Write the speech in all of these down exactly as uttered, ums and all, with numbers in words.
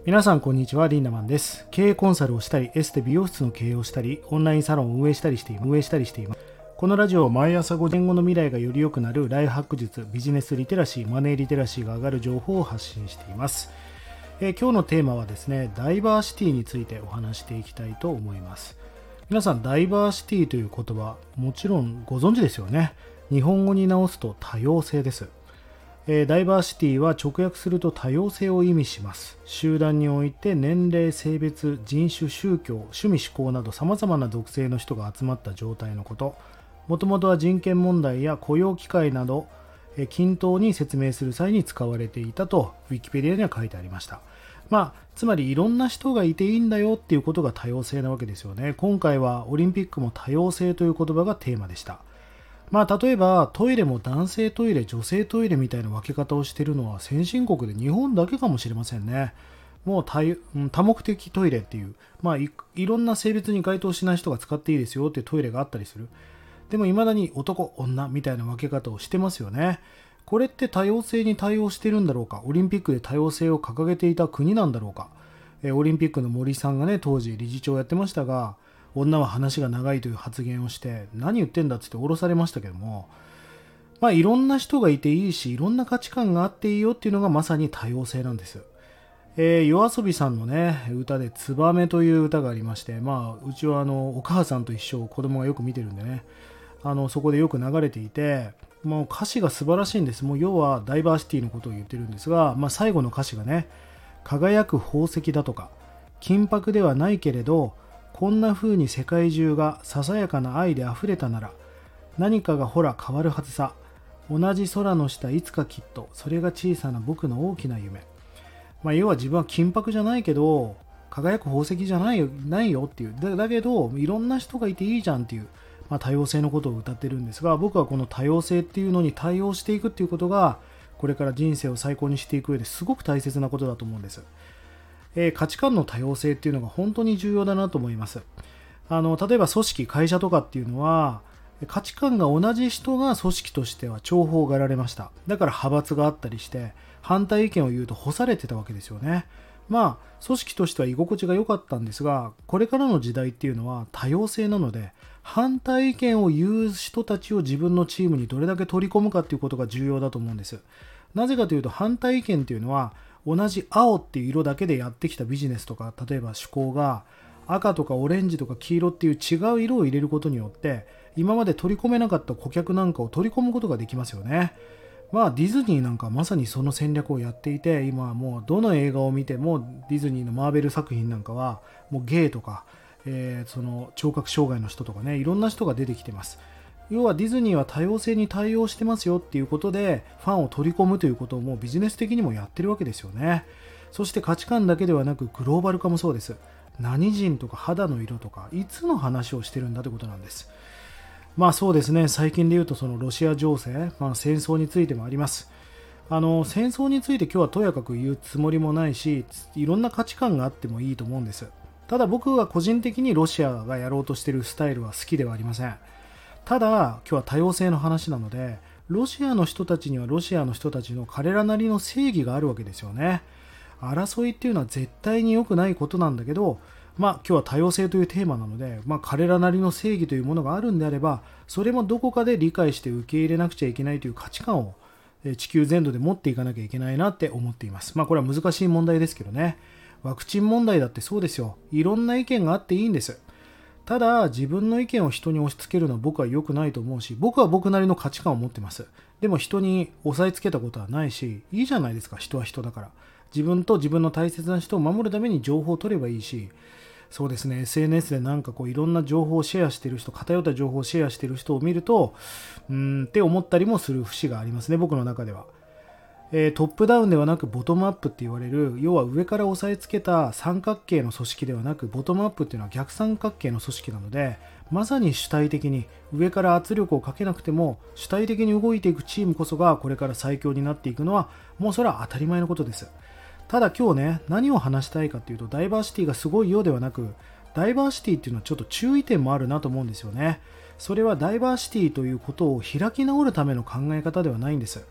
皆さんこんにちは、リンダマンです。経営コンサルをしたり、エステ美容室の経営をしたり、オンラインサロンを運営したりしています。運営したりしています。このラジオは毎朝ごじねんごの未来がより良くなるライフハック術、ビジネスリテラシー、マネーリテラシーが上がる情報を発信しています。えー、今日のテーマはですね、ダイバーシティについてお話していきたいと思います。皆さん、ダイバーシティという言葉、もちろんご存知ですよね。日本語に直すと多様性です。ダイバーシティは直訳すると多様性を意味します。集団において年齢、性別、人種、宗教、趣味、思考など様々な属性の人が集まった状態のこと。もともとは人権問題や雇用機会など均等に説明する際に使われていたとウィキペディアには書いてありました。まあ、つまりいろんな人がいていいんだよっていうことが多様性なわけですよね。今回はオリンピックも多様性という言葉がテーマでした。まあ、例えばトイレも男性トイレ、女性トイレみたいな分け方をしているのは先進国で日本だけかもしれませんね。もう 多, 多目的トイレっていう、まあい、いろんな性別に該当しない人が使っていいですよっていうトイレがあったりする。でも未だに男、女みたいな分け方をしてますよね。これって多様性に対応しているんだろうか。オリンピックで多様性を掲げていた国なんだろうか。えオリンピックの森さんがね、当時理事長をやってましたが、女は話が長いという発言をして何言ってんだっつって降ろされましたけども、まあいろんな人がいていいし、いろんな価値観があっていいよっていうのがまさに多様性なんです。えー、夜遊さんのね歌でツバメという歌がありまして、まあうちはあのお母さんと一緒子供がよく見てるんでね、あのそこでよく流れていて、もう歌詞が素晴らしいんです。もう要はダイバーシティのことを言ってるんですが、まあ最後の歌詞がね、輝く宝石だとか金箔ではないけれどこんな風に世界中がささやかな愛で溢れたなら何かがほら変わるはずさ。同じ空の下いつかきっとそれが小さな僕の大きな夢。まあ、要は自分は金箔じゃないけど輝く宝石じゃないよ、ないよっていう。だ、だけどいろんな人がいていいじゃんっていう、まあ、多様性のことを歌ってるんですが、僕はこの多様性っていうのに対応していくっていうことがこれから人生を最高にしていく上ですごく大切なことだと思うんです。えー、価値観の多様性っていうのが本当に重要だなと思います。あの例えば組織、会社とかっていうのは価値観が同じ人が組織としては重宝がられました。だから派閥があったりして反対意見を言うと干されてたわけですよね。まあ組織としては居心地が良かったんですが、これからの時代っていうのは多様性なので反対意見を言う人たちを自分のチームにどれだけ取り込むかっていうことが重要だと思うんです。なぜかというと反対意見っていうのは同じ青っていう色だけでやってきたビジネスとか、例えば趣向が赤とかオレンジとか黄色っていう違う色を入れることによって今まで取り込めなかった顧客なんかを取り込むことができますよね。まあディズニーなんかまさにその戦略をやっていて、今はもうどの映画を見てもディズニーのマーベル作品なんかはもうゲイとか、えー、その聴覚障害の人とかね、いろんな人が出てきてます。要はディズニーは多様性に対応してますよっていうことでファンを取り込むということをもうビジネス的にもやってるわけですよね。そして価値観だけではなくグローバル化もそうです。何人とか肌の色とかいつの話をしてるんだということなんです。まあそうですね、最近で言うとそのロシア情勢、まあ、戦争についてもあります。あの戦争について今日はとやかく言うつもりもないし、いろんな価値観があってもいいと思うんです。ただ僕は個人的にロシアがやろうとしているスタイルは好きではありません。ただ今日は多様性の話なので、ロシアの人たちにはロシアの人たちの彼らなりの正義があるわけですよね。争いっていうのは絶対に良くないことなんだけど、まあ今日は多様性というテーマなので、まあ彼らなりの正義というものがあるんであれば、それもどこかで理解して受け入れなくちゃいけないという価値観を地球全土で持っていかなきゃいけないなって思っています。まあこれは難しい問題ですけどね。ワクチン問題だってそうですよ。いろんな意見があっていいんです。ただ自分の意見を人に押し付けるのは僕は良くないと思うし、僕は僕なりの価値観を持ってます。でも人に押さえつけたことはないし、いいじゃないですか。人は人だから。自分と自分の大切な人を守るために情報を取ればいいし、そうですね、エスエヌエス でなんかこういろんな情報をシェアしている人、偏った情報をシェアしている人を見ると、うーんって思ったりもする節がありますね、僕の中では。えー、トップダウンではなくボトムアップって言われる、要は上から押さえつけた三角形の組織ではなく、ボトムアップっていうのは逆三角形の組織なので、まさに主体的に上から圧力をかけなくても主体的に動いていくチームこそがこれから最強になっていくのはもうそれは当たり前のことです。ただ今日ね、何を話したいかっていうと、ダイバーシティがすごいようではなく、ダイバーシティっていうのはちょっと注意点もあるなと思うんですよね。それはダイバーシティということを開き直るための考え方ではないんです。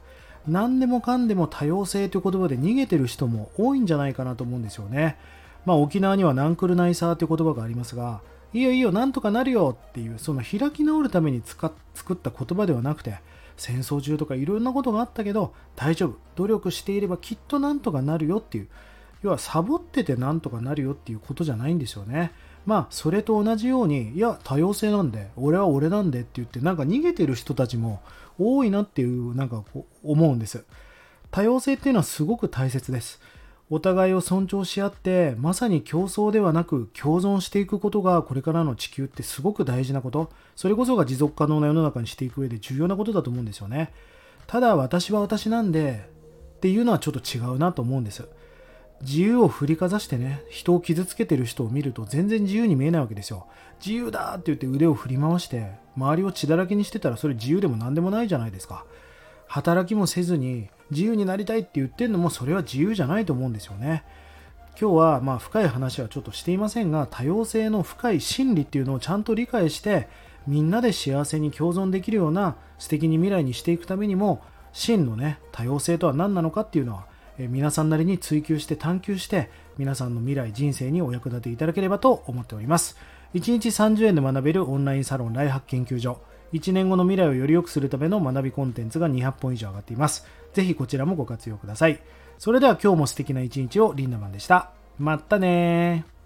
何でもかんでも多様性という言葉で逃げてる人も多いんじゃないかなと思うんですよね。まあ沖縄にはナンクルナイサーという言葉がありますが、いいよいいよなんとかなるよっていう、その開き直るために使っ作った言葉ではなくて、戦争中とかいろんなことがあったけど大丈夫、努力していればきっとなんとかなるよっていう、要はサボっててなんとかなるよっていうことじゃないんですよね。まあそれと同じように、いや多様性なんで俺は俺なんでって言ってなんか逃げてる人たちも多いなっていうなんかこう思うんです。多様性っていうのはすごく大切です。お互いを尊重し合ってまさに競争ではなく共存していくことがこれからの地球ってすごく大事なこと、それこそが持続可能な世の中にしていく上で重要なことだと思うんですよね。ただ私は私なんでっていうのはちょっと違うなと思うんです。自由を振りかざしてね、人を傷つけてる人を見ると全然自由に見えないわけですよ。自由だって言って腕を振り回して周りを血だらけにしてたらそれ自由でも何でもないじゃないですか。働きもせずに自由になりたいって言ってるのもそれは自由じゃないと思うんですよね。今日はまあ深い話はちょっとしていませんが、多様性の深い真理っていうのをちゃんと理解してみんなで幸せに共存できるような素敵に未来にしていくためにも、真のね多様性とは何なのかっていうのはえ皆さんなりに追求して探求して皆さんの未来人生にお役立ていただければと思っております。いちにちさんじゅうえんで学べるオンラインサロンライハック研究所、いちねんごの未来をより良くするための学びコンテンツがにひゃっぽん以上上がっています。ぜひこちらもご活用ください。それでは今日も素敵な一日を。リンダマンでした。またねー。